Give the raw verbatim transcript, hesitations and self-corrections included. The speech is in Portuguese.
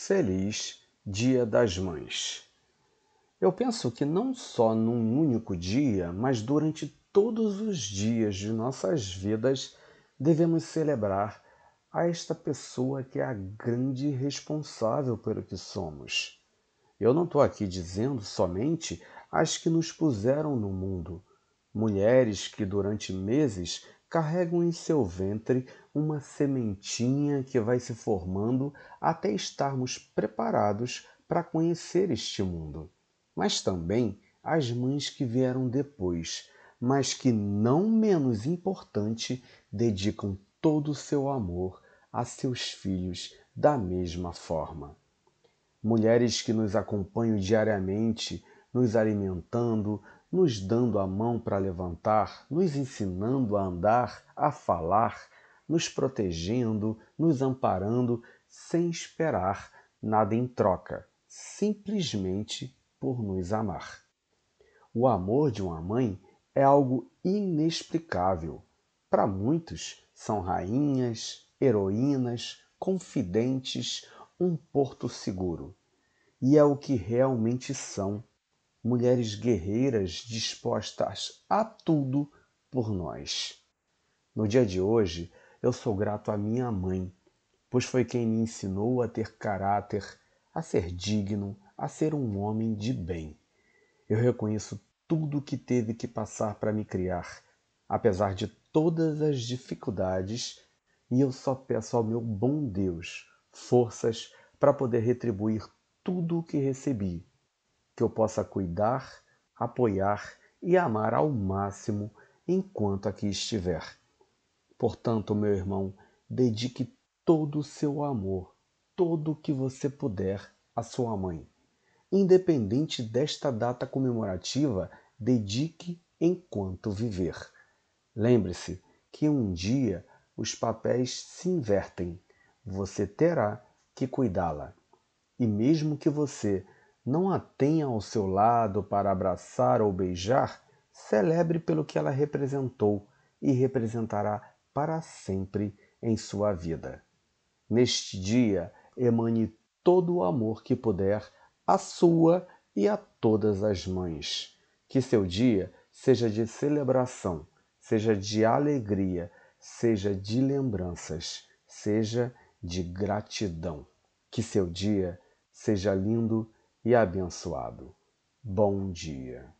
Feliz Dia das Mães. Eu penso que não só num único dia, mas durante todos os dias de nossas vidas, devemos celebrar a esta pessoa que é a grande responsável pelo que somos. Eu não estou aqui dizendo somente as que nos puseram no mundo, mulheres que durante meses carregam em seu ventre uma sementinha que vai se formando até estarmos preparados para conhecer este mundo. Mas também as mães que vieram depois, mas que não menos importante, dedicam todo o seu amor a seus filhos da mesma forma. Mulheres que nos acompanham diariamente, nos alimentando, nos dando a mão para levantar, nos ensinando a andar, a falar, nos protegendo, nos amparando, sem esperar nada em troca, simplesmente por nos amar. O amor de uma mãe é algo inexplicável. Para muitos, são rainhas, heroínas, confidentes, um porto seguro. E é o que realmente são, mulheres guerreiras dispostas a tudo por nós. No dia de hoje, eu sou grato à minha mãe, pois foi quem me ensinou a ter caráter, a ser digno, a ser um homem de bem. Eu reconheço tudo o que teve que passar para me criar, apesar de todas as dificuldades, e eu só peço ao meu bom Deus forças para poder retribuir tudo o que recebi, que eu possa cuidar, apoiar e amar ao máximo enquanto aqui estiver. Portanto, meu irmão, dedique todo o seu amor, todo o que você puder à sua mãe. Independente desta data comemorativa, dedique enquanto viver. Lembre-se que um dia os papéis se invertem. Você terá que cuidá-la. E mesmo que você não a tenha ao seu lado para abraçar ou beijar, celebre pelo que ela representou e representará para sempre em sua vida. Neste dia, emane todo o amor que puder à sua e a todas as mães. Que seu dia seja de celebração, seja de alegria, seja de lembranças, seja de gratidão. Que seu dia seja lindo e abençoado. Bom dia.